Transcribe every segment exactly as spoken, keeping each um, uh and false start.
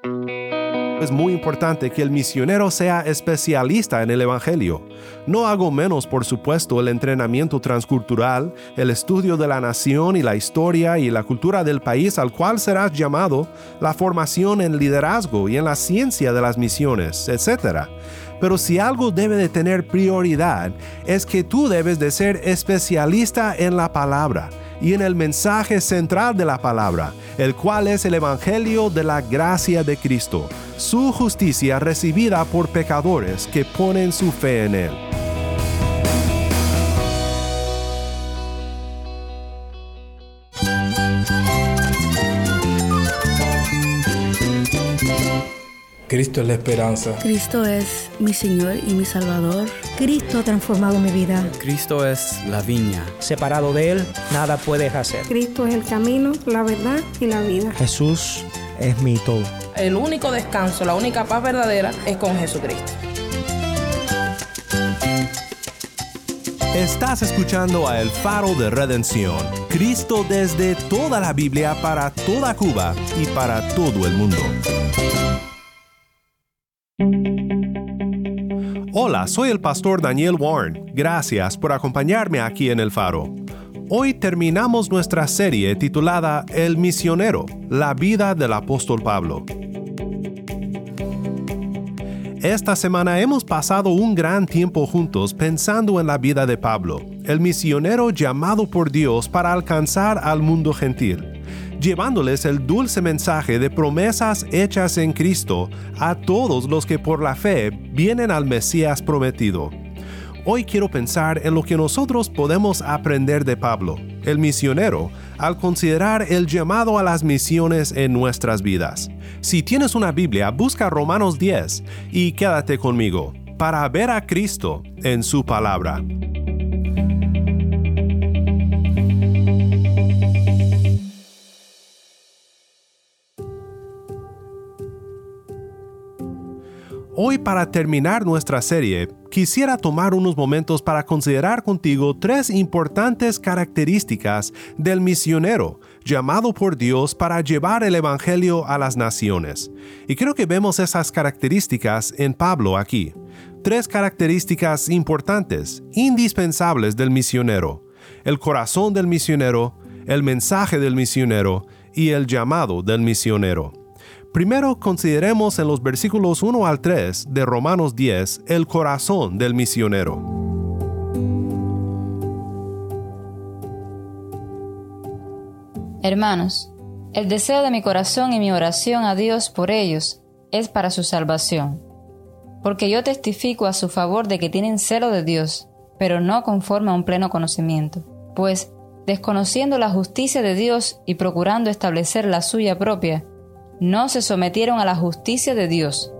Es muy importante que el misionero sea especialista en el Evangelio. No hago menos, por supuesto, el entrenamiento transcultural, el estudio de la nación y la historia y la cultura del país al cual serás llamado, la formación en liderazgo y en la ciencia de las misiones, etcétera. Pero si algo debe de tener prioridad, es que tú debes de ser especialista en la palabra y en el mensaje central de la palabra, el cual es el Evangelio de la gracia de Cristo, su justicia recibida por pecadores que ponen su fe en Él. Cristo es la esperanza. Cristo es mi Señor y mi Salvador. Cristo ha transformado mi vida. Cristo es la viña. Separado de Él, nada puedes hacer. Cristo es el camino, la verdad y la vida. Jesús es mi todo. El único descanso, la única paz verdadera es con Jesucristo. Estás escuchando a El Faro de Redención, Cristo desde toda la Biblia para toda Cuba y para todo el mundo. Hola, soy el pastor Daniel Warren. Gracias por acompañarme aquí en El Faro. Hoy terminamos nuestra serie titulada El Misionero, la vida del apóstol Pablo. Esta semana hemos pasado un gran tiempo juntos pensando en la vida de Pablo, el misionero llamado por Dios para alcanzar al mundo gentil, llevándoles el dulce mensaje de promesas hechas en Cristo a todos los que por la fe vienen al Mesías prometido. Hoy quiero pensar en lo que nosotros podemos aprender de Pablo, el misionero, al considerar el llamado a las misiones en nuestras vidas. Si tienes una Biblia, busca Romanos diez y quédate conmigo para ver a Cristo en su palabra. Hoy, para terminar nuestra serie, quisiera tomar unos momentos para considerar contigo tres importantes características del misionero llamado por Dios para llevar el Evangelio a las naciones. Y creo que vemos esas características en Pablo aquí. Tres características importantes, indispensables del misionero: el corazón del misionero, el mensaje del misionero y el llamado del misionero. Primero, consideremos en los versículos uno al tres de Romanos diez el corazón del misionero. Hermanos, el deseo de mi corazón y mi oración a Dios por ellos es para su salvación, porque yo testifico a su favor de que tienen celo de Dios, pero no conforme a un pleno conocimiento, pues, desconociendo la justicia de Dios y procurando establecer la suya propia, no se sometieron a la justicia de Dios.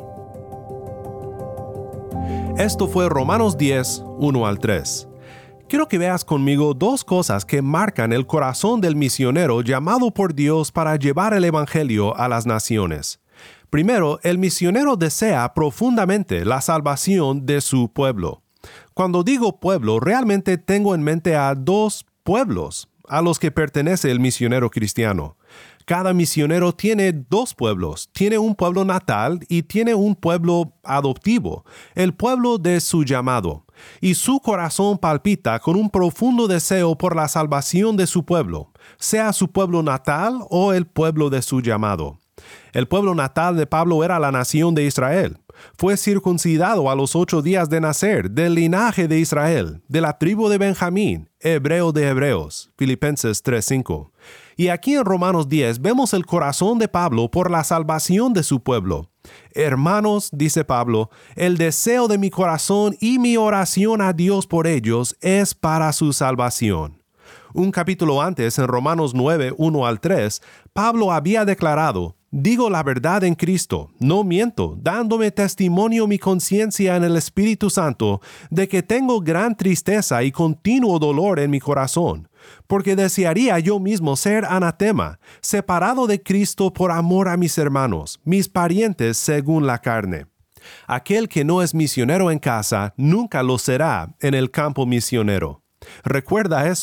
Esto fue Romanos diez, uno al tres. Quiero que veas conmigo dos cosas que marcan el corazón del misionero llamado por Dios para llevar el Evangelio a las naciones. Primero, el misionero desea profundamente la salvación de su pueblo. Cuando digo pueblo, realmente tengo en mente a dos pueblos a los que pertenece el misionero cristiano. Cada misionero tiene dos pueblos, tiene un pueblo natal y tiene un pueblo adoptivo, el pueblo de su llamado, y su corazón palpita con un profundo deseo por la salvación de su pueblo, sea su pueblo natal o el pueblo de su llamado. El pueblo natal de Pablo era la nación de Israel. Fue circuncidado a los ocho días de nacer, del linaje de Israel, de la tribu de Benjamín, hebreo de hebreos, Filipenses tres cinco. Y aquí en Romanos diez vemos el corazón de Pablo por la salvación de su pueblo. Hermanos, dice Pablo, el deseo de mi corazón y mi oración a Dios por ellos es para su salvación. Un capítulo antes, en Romanos nueve, uno al tres, Pablo había declarado: digo la verdad en Cristo, no miento, dándome testimonio mi conciencia en el Espíritu Santo de que tengo gran tristeza y continuo dolor en mi corazón, porque desearía yo mismo ser anatema, separado de Cristo por amor a mis hermanos, mis parientes según la carne. Aquel que no es misionero en casa, nunca lo será en el campo misionero. Recuerda eso.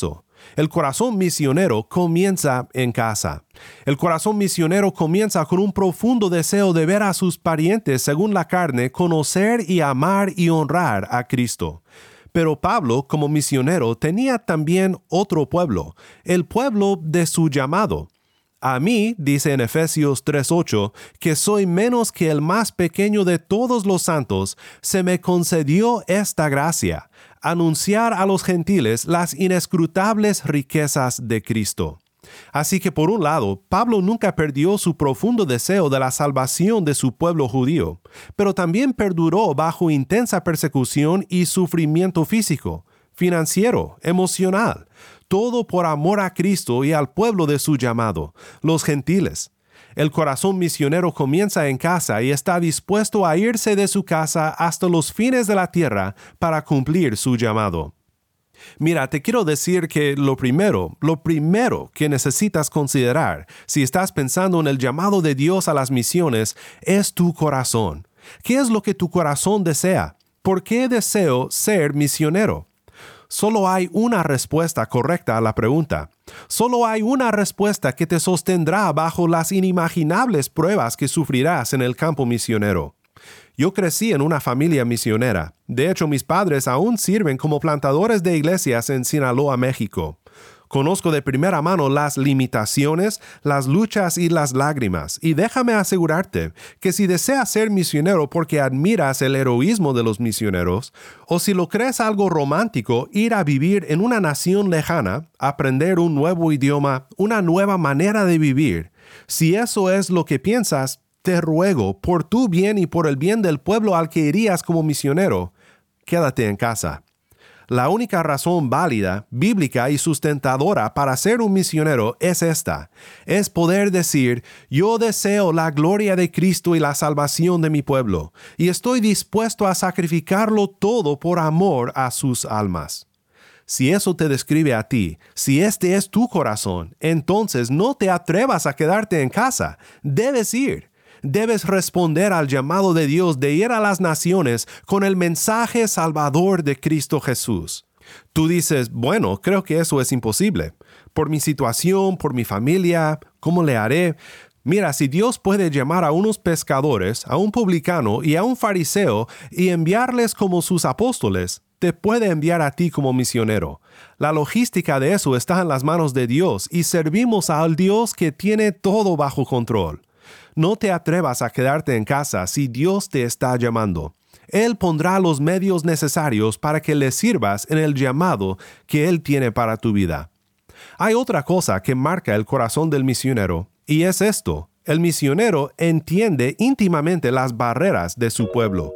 El corazón misionero comienza en casa. El corazón misionero comienza con un profundo deseo de ver a sus parientes según la carne, conocer y amar y honrar a Cristo. Pero Pablo, como misionero, tenía también otro pueblo, el pueblo de su llamado. A mí, dice en Efesios tres ocho, que soy menos que el más pequeño de todos los santos, se me concedió esta gracia, anunciar a los gentiles las inescrutables riquezas de Cristo. Así que por un lado, Pablo nunca perdió su profundo deseo de la salvación de su pueblo judío, pero también perduró bajo intensa persecución y sufrimiento físico, financiero, emocional, todo por amor a Cristo y al pueblo de su llamado, los gentiles. El corazón misionero comienza en casa y está dispuesto a irse de su casa hasta los fines de la tierra para cumplir su llamado. Mira, te quiero decir que lo primero, lo primero que necesitas considerar si estás pensando en el llamado de Dios a las misiones es tu corazón. ¿Qué es lo que tu corazón desea? ¿Por qué deseo ser misionero? Solo hay una respuesta correcta a la pregunta. Solo hay una respuesta que te sostendrá bajo las inimaginables pruebas que sufrirás en el campo misionero. Yo crecí en una familia misionera. De hecho, mis padres aún sirven como plantadores de iglesias en Sinaloa, México. Conozco de primera mano las limitaciones, las luchas y las lágrimas, y déjame asegurarte que si deseas ser misionero porque admiras el heroísmo de los misioneros, o si lo crees algo romántico, ir a vivir en una nación lejana, aprender un nuevo idioma, una nueva manera de vivir, si eso es lo que piensas, te ruego, por tu bien y por el bien del pueblo al que irías como misionero, quédate en casa. La única razón válida, bíblica y sustentadora para ser un misionero es esta, es poder decir, yo deseo la gloria de Cristo y la salvación de mi pueblo, y estoy dispuesto a sacrificarlo todo por amor a sus almas. Si eso te describe a ti, si este es tu corazón, entonces no te atrevas a quedarte en casa, debes ir. Debes responder al llamado de Dios de ir a las naciones con el mensaje salvador de Cristo Jesús. Tú dices, bueno, creo que eso es imposible. Por mi situación, por mi familia, ¿cómo le haré? Mira, si Dios puede llamar a unos pescadores, a un publicano y a un fariseo y enviarles como sus apóstoles, te puede enviar a ti como misionero. La logística de eso está en las manos de Dios y servimos al Dios que tiene todo bajo control. No te atrevas a quedarte en casa si Dios te está llamando. Él pondrá los medios necesarios para que le sirvas en el llamado que Él tiene para tu vida. Hay otra cosa que marca el corazón del misionero, y es esto: el misionero entiende íntimamente las barreras de su pueblo.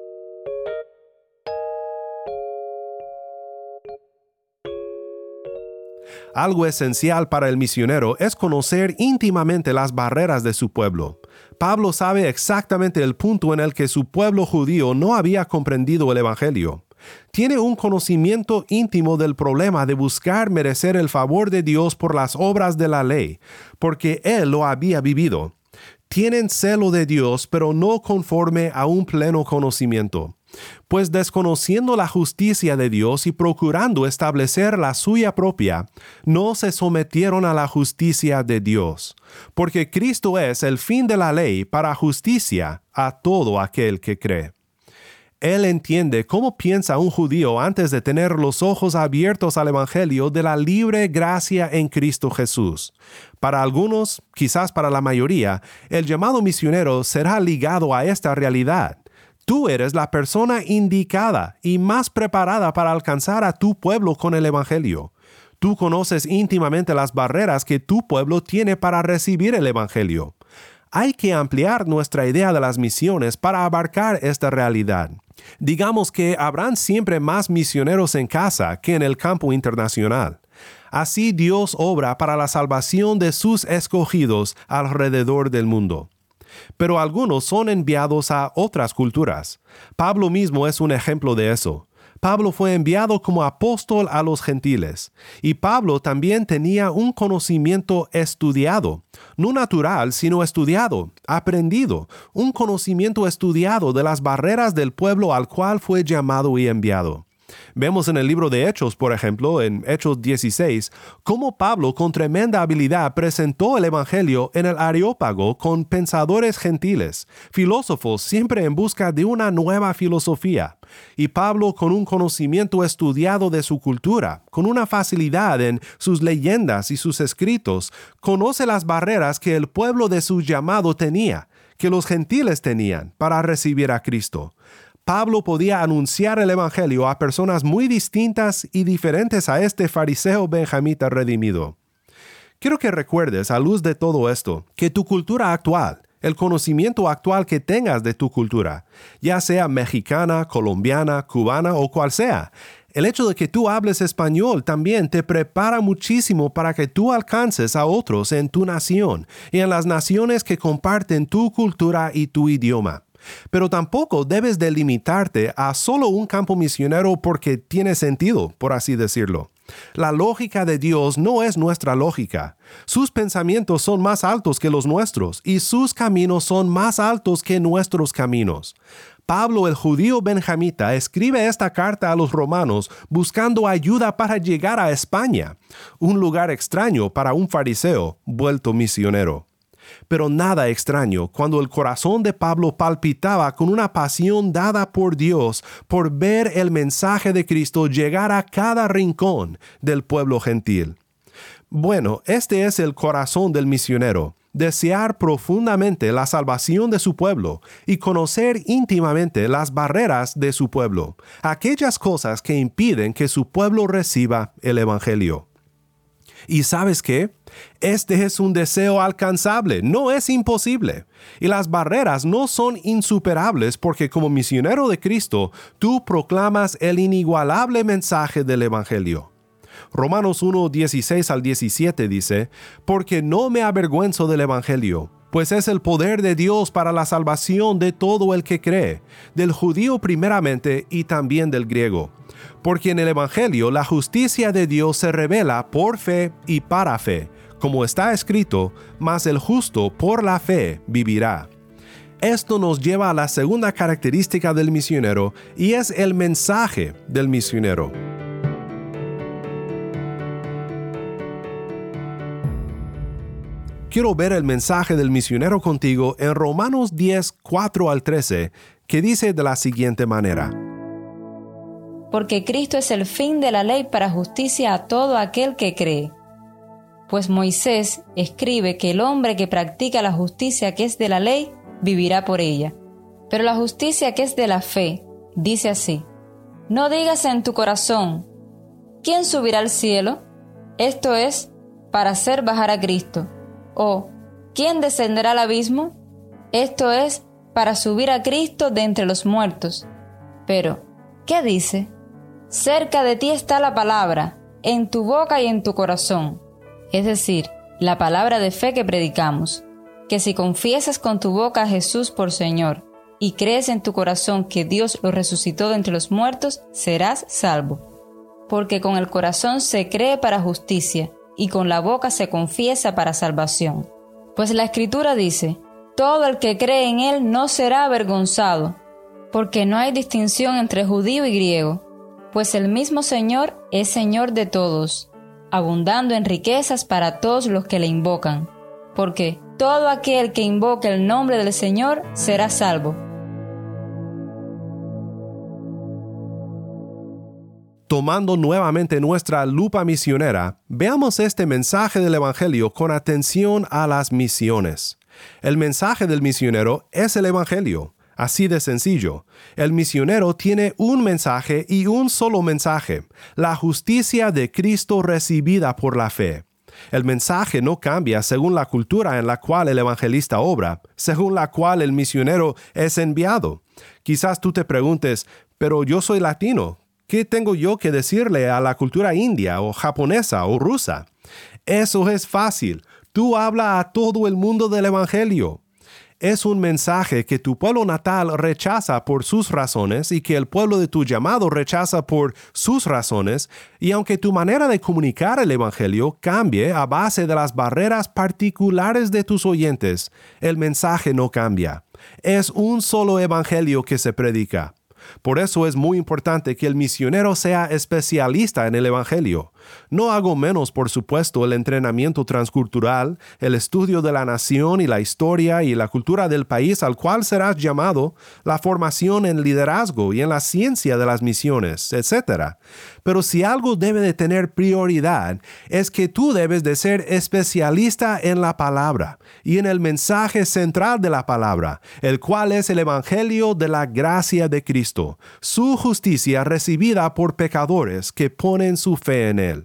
Algo esencial para el misionero es conocer íntimamente las barreras de su pueblo. Pablo sabe exactamente el punto en el que su pueblo judío no había comprendido el Evangelio. Tiene un conocimiento íntimo del problema de buscar merecer el favor de Dios por las obras de la ley, porque él lo había vivido. Tienen celo de Dios, pero no conforme a un pleno conocimiento. Pues desconociendo la justicia de Dios y procurando establecer la suya propia, no se sometieron a la justicia de Dios, porque Cristo es el fin de la ley para justicia a todo aquel que cree. Él entiende cómo piensa un judío antes de tener los ojos abiertos al Evangelio de la libre gracia en Cristo Jesús. Para algunos, quizás para la mayoría, el llamado misionero será ligado a esta realidad. Tú eres la persona indicada y más preparada para alcanzar a tu pueblo con el Evangelio. Tú conoces íntimamente las barreras que tu pueblo tiene para recibir el Evangelio. Hay que ampliar nuestra idea de las misiones para abarcar esta realidad. Digamos que habrán siempre más misioneros en casa que en el campo internacional. Así Dios obra para la salvación de sus escogidos alrededor del mundo. Pero algunos son enviados a otras culturas. Pablo mismo es un ejemplo de eso. Pablo fue enviado como apóstol a los gentiles, y Pablo también tenía un conocimiento estudiado, no natural, sino estudiado, aprendido, un conocimiento estudiado de las barreras del pueblo al cual fue llamado y enviado. Vemos en el libro de Hechos, por ejemplo, en Hechos dieciséis, cómo Pablo con tremenda habilidad presentó el Evangelio en el Areópago con pensadores gentiles, filósofos siempre en busca de una nueva filosofía. Y Pablo, con un conocimiento estudiado de su cultura, con una facilidad en sus leyendas y sus escritos, conoce las barreras que el pueblo de su llamado tenía, que los gentiles tenían para recibir a Cristo. Pablo podía anunciar el Evangelio a personas muy distintas y diferentes a este fariseo benjamita redimido. Quiero que recuerdes, a luz de todo esto, que tu cultura actual, el conocimiento actual que tengas de tu cultura, ya sea mexicana, colombiana, cubana o cual sea, el hecho de que tú hables español también te prepara muchísimo para que tú alcances a otros en tu nación y en las naciones que comparten tu cultura y tu idioma. Pero tampoco debes de limitarte a solo un campo misionero porque tiene sentido, por así decirlo. La lógica de Dios no es nuestra lógica. Sus pensamientos son más altos que los nuestros y sus caminos son más altos que nuestros caminos. Pablo, el judío benjamita, escribe esta carta a los romanos buscando ayuda para llegar a España, un lugar extraño para un fariseo vuelto misionero. Pero nada extraño cuando el corazón de Pablo palpitaba con una pasión dada por Dios por ver el mensaje de Cristo llegar a cada rincón del pueblo gentil. Bueno, este es el corazón del misionero, desear profundamente la salvación de su pueblo y conocer íntimamente las barreras de su pueblo, aquellas cosas que impiden que su pueblo reciba el Evangelio. ¿Y sabes qué? Este es un deseo alcanzable, no es imposible. Y las barreras no son insuperables porque como misionero de Cristo, tú proclamas el inigualable mensaje del Evangelio. Romanos uno, dieciséis al diecisiete dice, «Porque no me avergüenzo del Evangelio, pues es el poder de Dios para la salvación de todo el que cree, del judío primeramente y también del griego. Porque en el Evangelio la justicia de Dios se revela por fe y para fe, como está escrito, mas el justo por la fe vivirá». Esto nos lleva a la segunda característica del misionero y es el mensaje del misionero. Quiero ver el mensaje del misionero contigo en Romanos diez, cuatro al trece, que dice de la siguiente manera. Porque Cristo es el fin de la ley para justicia a todo aquel que cree. Pues Moisés escribe que el hombre que practica la justicia que es de la ley, vivirá por ella. Pero la justicia que es de la fe, dice así, no digas en tu corazón, ¿quién subirá al cielo? Esto es, para hacer bajar a Cristo. O, ¿quién descenderá al abismo? Esto es, para subir a Cristo de entre los muertos. Pero, ¿qué dice? Cerca de ti está la palabra, en tu boca y en tu corazón. Es decir, la palabra de fe que predicamos, que si confiesas con tu boca a Jesús por Señor, y crees en tu corazón que Dios lo resucitó de entre los muertos, serás salvo. Porque con el corazón se cree para justicia, y con la boca se confiesa para salvación. Pues la Escritura dice, todo el que cree en Él no será avergonzado, porque no hay distinción entre judío y griego, pues el mismo Señor es Señor de todos, abundando en riquezas para todos los que le invocan, porque todo aquel que invoque el nombre del Señor será salvo. Tomando nuevamente nuestra lupa misionera, veamos este mensaje del Evangelio con atención a las misiones. El mensaje del misionero es el Evangelio, así de sencillo. El misionero tiene un mensaje y un solo mensaje, la justicia de Cristo recibida por la fe. El mensaje no cambia según la cultura en la cual el evangelista obra, según la cual el misionero es enviado. Quizás tú te preguntes, pero yo soy latino. ¿Qué tengo yo que decirle a la cultura india o japonesa o rusa? Eso es fácil. Tú habla a todo el mundo del Evangelio. Es un mensaje que tu pueblo natal rechaza por sus razones y que el pueblo de tu llamado rechaza por sus razones, y aunque tu manera de comunicar el Evangelio cambie a base de las barreras particulares de tus oyentes, el mensaje no cambia. Es un solo Evangelio que se predica. Por eso es muy importante que el misionero sea especialista en el Evangelio. No hago menos, por supuesto, el entrenamiento transcultural, el estudio de la nación y la historia y la cultura del país al cual serás llamado, la formación en liderazgo y en la ciencia de las misiones, etcétera. Pero si algo debe de tener prioridad, es que tú debes de ser especialista en la palabra y en el mensaje central de la palabra, el cual es el Evangelio de la gracia de Cristo, su justicia recibida por pecadores que ponen su fe en él.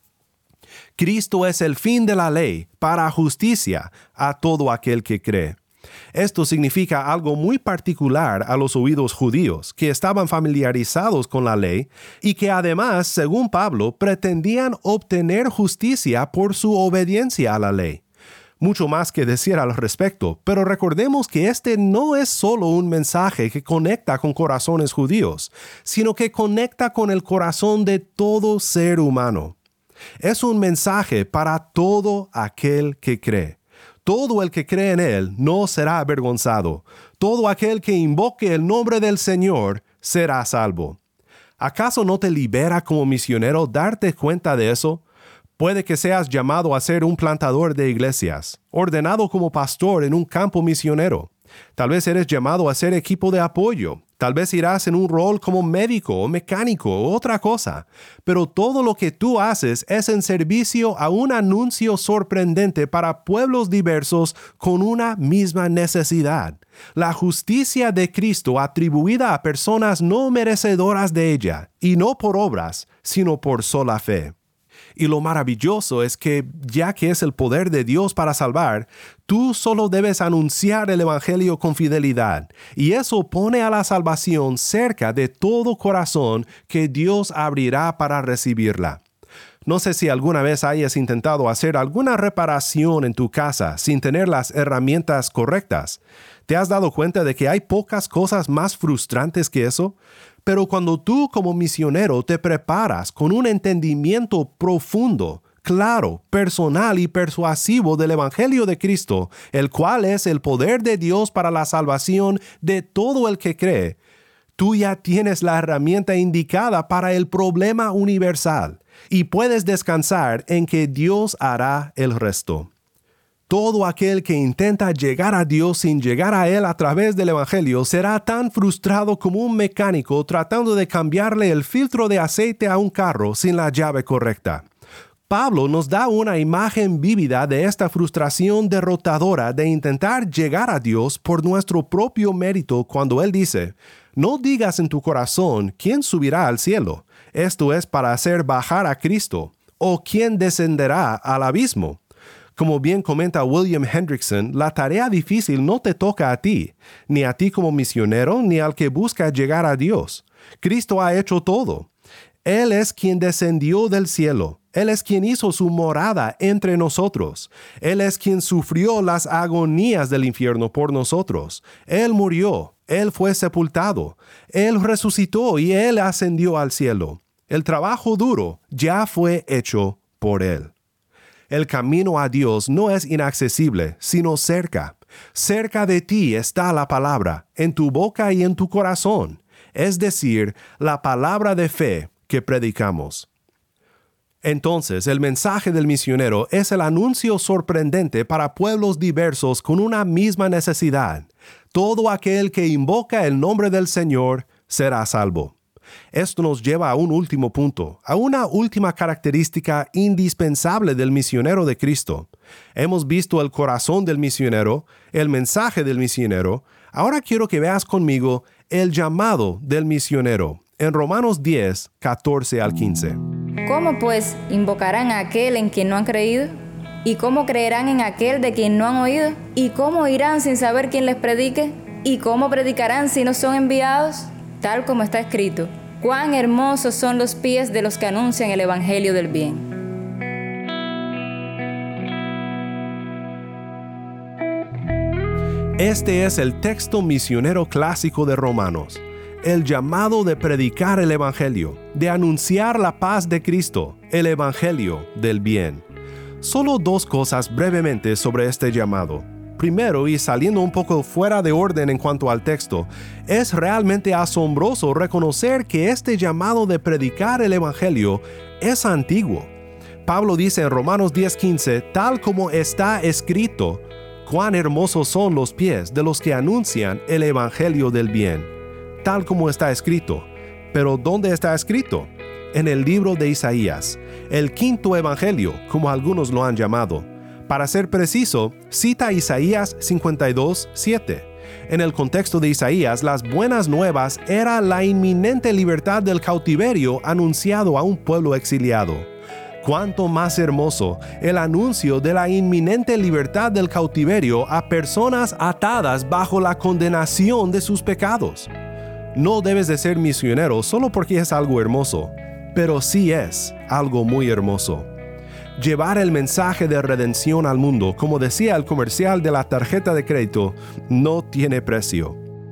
Cristo es el fin de la ley para justicia a todo aquel que cree. Esto significa algo muy particular a los oídos judíos, que estaban familiarizados con la ley y que además, según Pablo, pretendían obtener justicia por su obediencia a la ley. Mucho más que decir al respecto, pero recordemos que este no es solo un mensaje que conecta con corazones judíos, sino que conecta con el corazón de todo ser humano. Es un mensaje para todo aquel que cree. Todo el que cree en él no será avergonzado. Todo aquel que invoque el nombre del Señor será salvo. ¿Acaso no te libera como misionero darte cuenta de eso? Puede que seas llamado a ser un plantador de iglesias, ordenado como pastor en un campo misionero. Tal vez eres llamado a ser equipo de apoyo. Tal vez irás en un rol como médico o mecánico o otra cosa. Pero todo lo que tú haces es en servicio a un anuncio sorprendente para pueblos diversos con una misma necesidad. La justicia de Cristo atribuida a personas no merecedoras de ella, y no por obras, sino por sola fe. Y lo maravilloso es que, ya que es el poder de Dios para salvar, tú solo debes anunciar el Evangelio con fidelidad, y eso pone a la salvación cerca de todo corazón que Dios abrirá para recibirla. No sé si alguna vez hayas intentado hacer alguna reparación en tu casa sin tener las herramientas correctas. ¿Te has dado cuenta de que hay pocas cosas más frustrantes que eso? Pero cuando tú como misionero te preparas con un entendimiento profundo, claro, personal y persuasivo del Evangelio de Cristo, el cual es el poder de Dios para la salvación de todo el que cree, tú ya tienes la herramienta indicada para el problema universal y puedes descansar en que Dios hará el resto. Todo aquel que intenta llegar a Dios sin llegar a Él a través del Evangelio será tan frustrado como un mecánico tratando de cambiarle el filtro de aceite a un carro sin la llave correcta. Pablo nos da una imagen vívida de esta frustración derrotadora de intentar llegar a Dios por nuestro propio mérito cuando él dice: no digas en tu corazón quién subirá al cielo, esto es para hacer bajar a Cristo, o quién descenderá al abismo. Como bien comenta William Hendrickson, la tarea difícil no te toca a ti, ni a ti como misionero, ni al que busca llegar a Dios. Cristo ha hecho todo. Él es quien descendió del cielo. Él es quien hizo su morada entre nosotros. Él es quien sufrió las agonías del infierno por nosotros. Él murió. Él fue sepultado. Él resucitó y Él ascendió al cielo. El trabajo duro ya fue hecho por Él. El camino a Dios no es inaccesible, sino cerca. Cerca de ti está la palabra, en tu boca y en tu corazón, es decir, la palabra de fe que predicamos. Entonces, el mensaje del misionero es el anuncio sorprendente para pueblos diversos con una misma necesidad. Todo aquel que invoca el nombre del Señor será salvo. Esto nos lleva a un último punto, a una última característica indispensable del misionero de Cristo. Hemos visto el corazón del misionero, el mensaje del misionero. Ahora quiero que veas conmigo el llamado del misionero en Romanos diez, catorce al quince. ¿Cómo pues invocarán a aquel en quien no han creído? ¿Y cómo creerán en aquel de quien no han oído? ¿Y cómo irán sin saber quién les predique? ¿Y cómo predicarán si no son enviados? Tal como está escrito: cuán hermosos son los pies de los que anuncian el evangelio del bien. Este es el texto misionero clásico de Romanos, el llamado de predicar el evangelio, de anunciar la paz de Cristo, el evangelio del bien. Solo dos cosas brevemente sobre este llamado. Primero, y saliendo un poco fuera de orden en cuanto al texto, es realmente asombroso reconocer que este llamado de predicar el Evangelio es antiguo. Pablo dice en Romanos diez quince, tal como está escrito, cuán hermosos son los pies de los que anuncian el Evangelio del bien. Tal como está escrito. Pero ¿dónde está escrito? En el libro de Isaías, el quinto Evangelio, como algunos lo han llamado. Para ser preciso, cita Isaías cincuenta y dos siete. En el contexto de Isaías, las buenas nuevas era la inminente libertad del cautiverio anunciado a un pueblo exiliado. Cuánto más hermoso el anuncio de la inminente libertad del cautiverio a personas atadas bajo la condenación de sus pecados. No debes de ser misionero solo porque es algo hermoso, pero sí es algo muy hermoso. Llevar el mensaje de redención al mundo, como decía el comercial de la tarjeta de crédito, no tiene precio.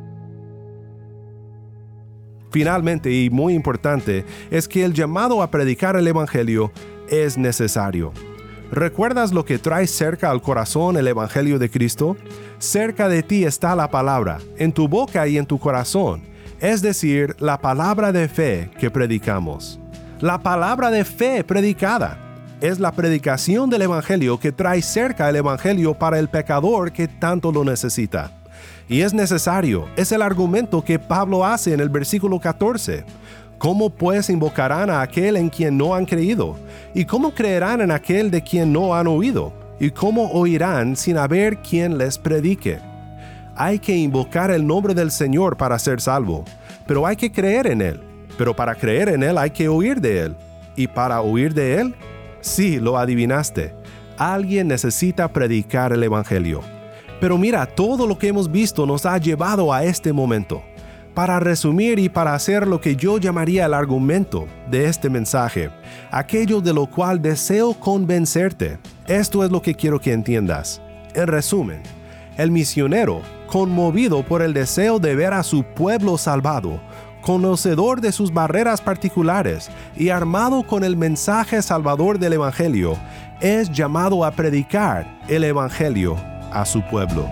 Finalmente, y muy importante, es que el llamado a predicar el Evangelio es necesario. ¿Recuerdas lo que trae cerca al corazón el Evangelio de Cristo? Cerca de ti está la palabra, en tu boca y en tu corazón, es decir, la palabra de fe que predicamos. La palabra de fe predicada es la predicación del Evangelio que trae cerca el Evangelio para el pecador que tanto lo necesita. Y es necesario, es el argumento que Pablo hace en el versículo catorce. ¿Cómo pues invocarán a aquel en quien no han creído? ¿Y cómo creerán en aquel de quien no han oído? ¿Y cómo oirán sin haber quien les predique? Hay que invocar el nombre del Señor para ser salvo, pero hay que creer en Él. Pero para creer en Él hay que oír de Él. ¿Y para oír de Él? Sí, lo adivinaste. Alguien necesita predicar el Evangelio. Pero mira, todo lo que hemos visto nos ha llevado a este momento. Para resumir y para hacer lo que yo llamaría el argumento de este mensaje, aquello de lo cual deseo convencerte, esto es lo que quiero que entiendas. En resumen, el misionero, conmovido por el deseo de ver a su pueblo salvado, conocedor de sus barreras particulares y armado con el mensaje salvador del Evangelio, es llamado a predicar el Evangelio a su pueblo.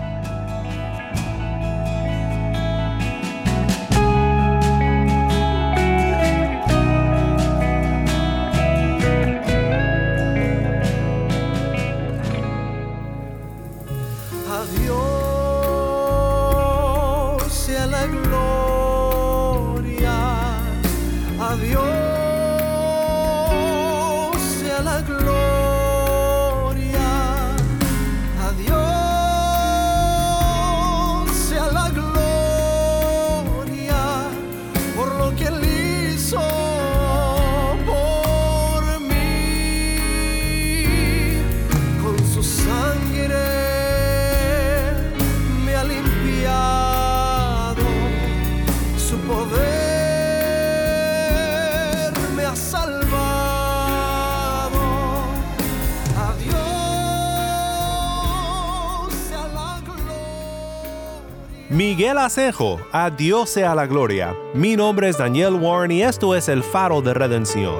Miguel Asenjo, a Dios sea la gloria. Mi nombre es Daniel Warren y esto es El Faro de Redención.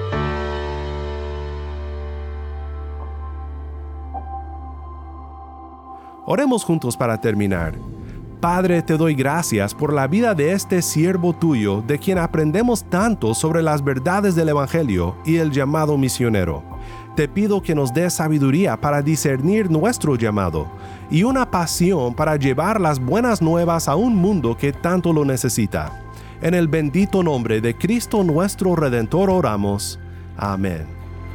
Oremos juntos para terminar. Padre, te doy gracias por la vida de este siervo tuyo, de quien aprendemos tanto sobre las verdades del Evangelio y el llamado misionero. Te pido que nos des sabiduría para discernir nuestro llamado y una pasión para llevar las buenas nuevas a un mundo que tanto lo necesita. En el bendito nombre de Cristo nuestro Redentor oramos. Amén.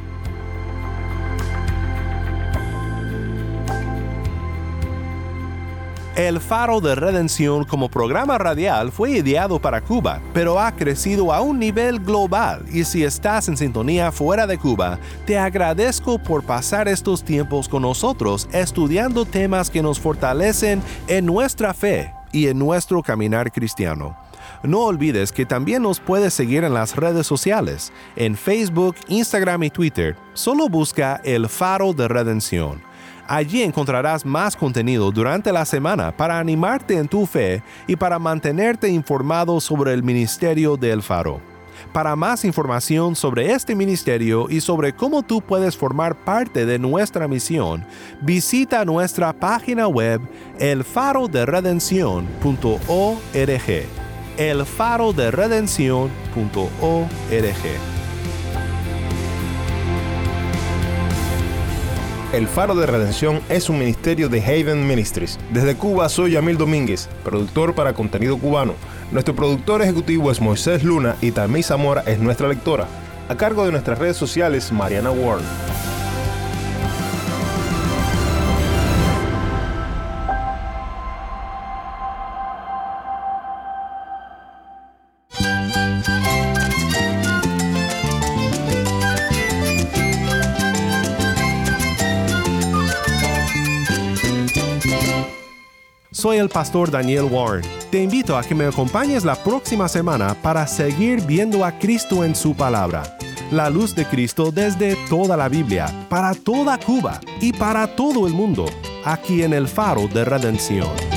El Faro de Redención como programa radial fue ideado para Cuba, pero ha crecido a un nivel global y si estás en sintonía fuera de Cuba, te agradezco por pasar estos tiempos con nosotros estudiando temas que nos fortalecen en nuestra fe y en nuestro caminar cristiano. No olvides que también nos puedes seguir en las redes sociales, en Facebook, Instagram y Twitter. Solo busca El Faro de Redención. Allí encontrarás más contenido durante la semana para animarte en tu fe y para mantenerte informado sobre el ministerio de El Faro. Para más información sobre este ministerio y sobre cómo tú puedes formar parte de nuestra misión, visita nuestra página web el faro de redención punto org. el faro de redención punto org. El Faro de Redención es un ministerio de Haven Ministries. Desde Cuba soy Yamil Domínguez, productor para contenido cubano. Nuestro productor ejecutivo es Moisés Luna y Tammy Zamora es nuestra lectora. A cargo de nuestras redes sociales, Mariana Ward. Soy el pastor Daniel Warren. Te invito a que me acompañes la próxima semana para seguir viendo a Cristo en su palabra. La luz de Cristo desde toda la Biblia, para toda Cuba y para todo el mundo, aquí en el Faro de Redención.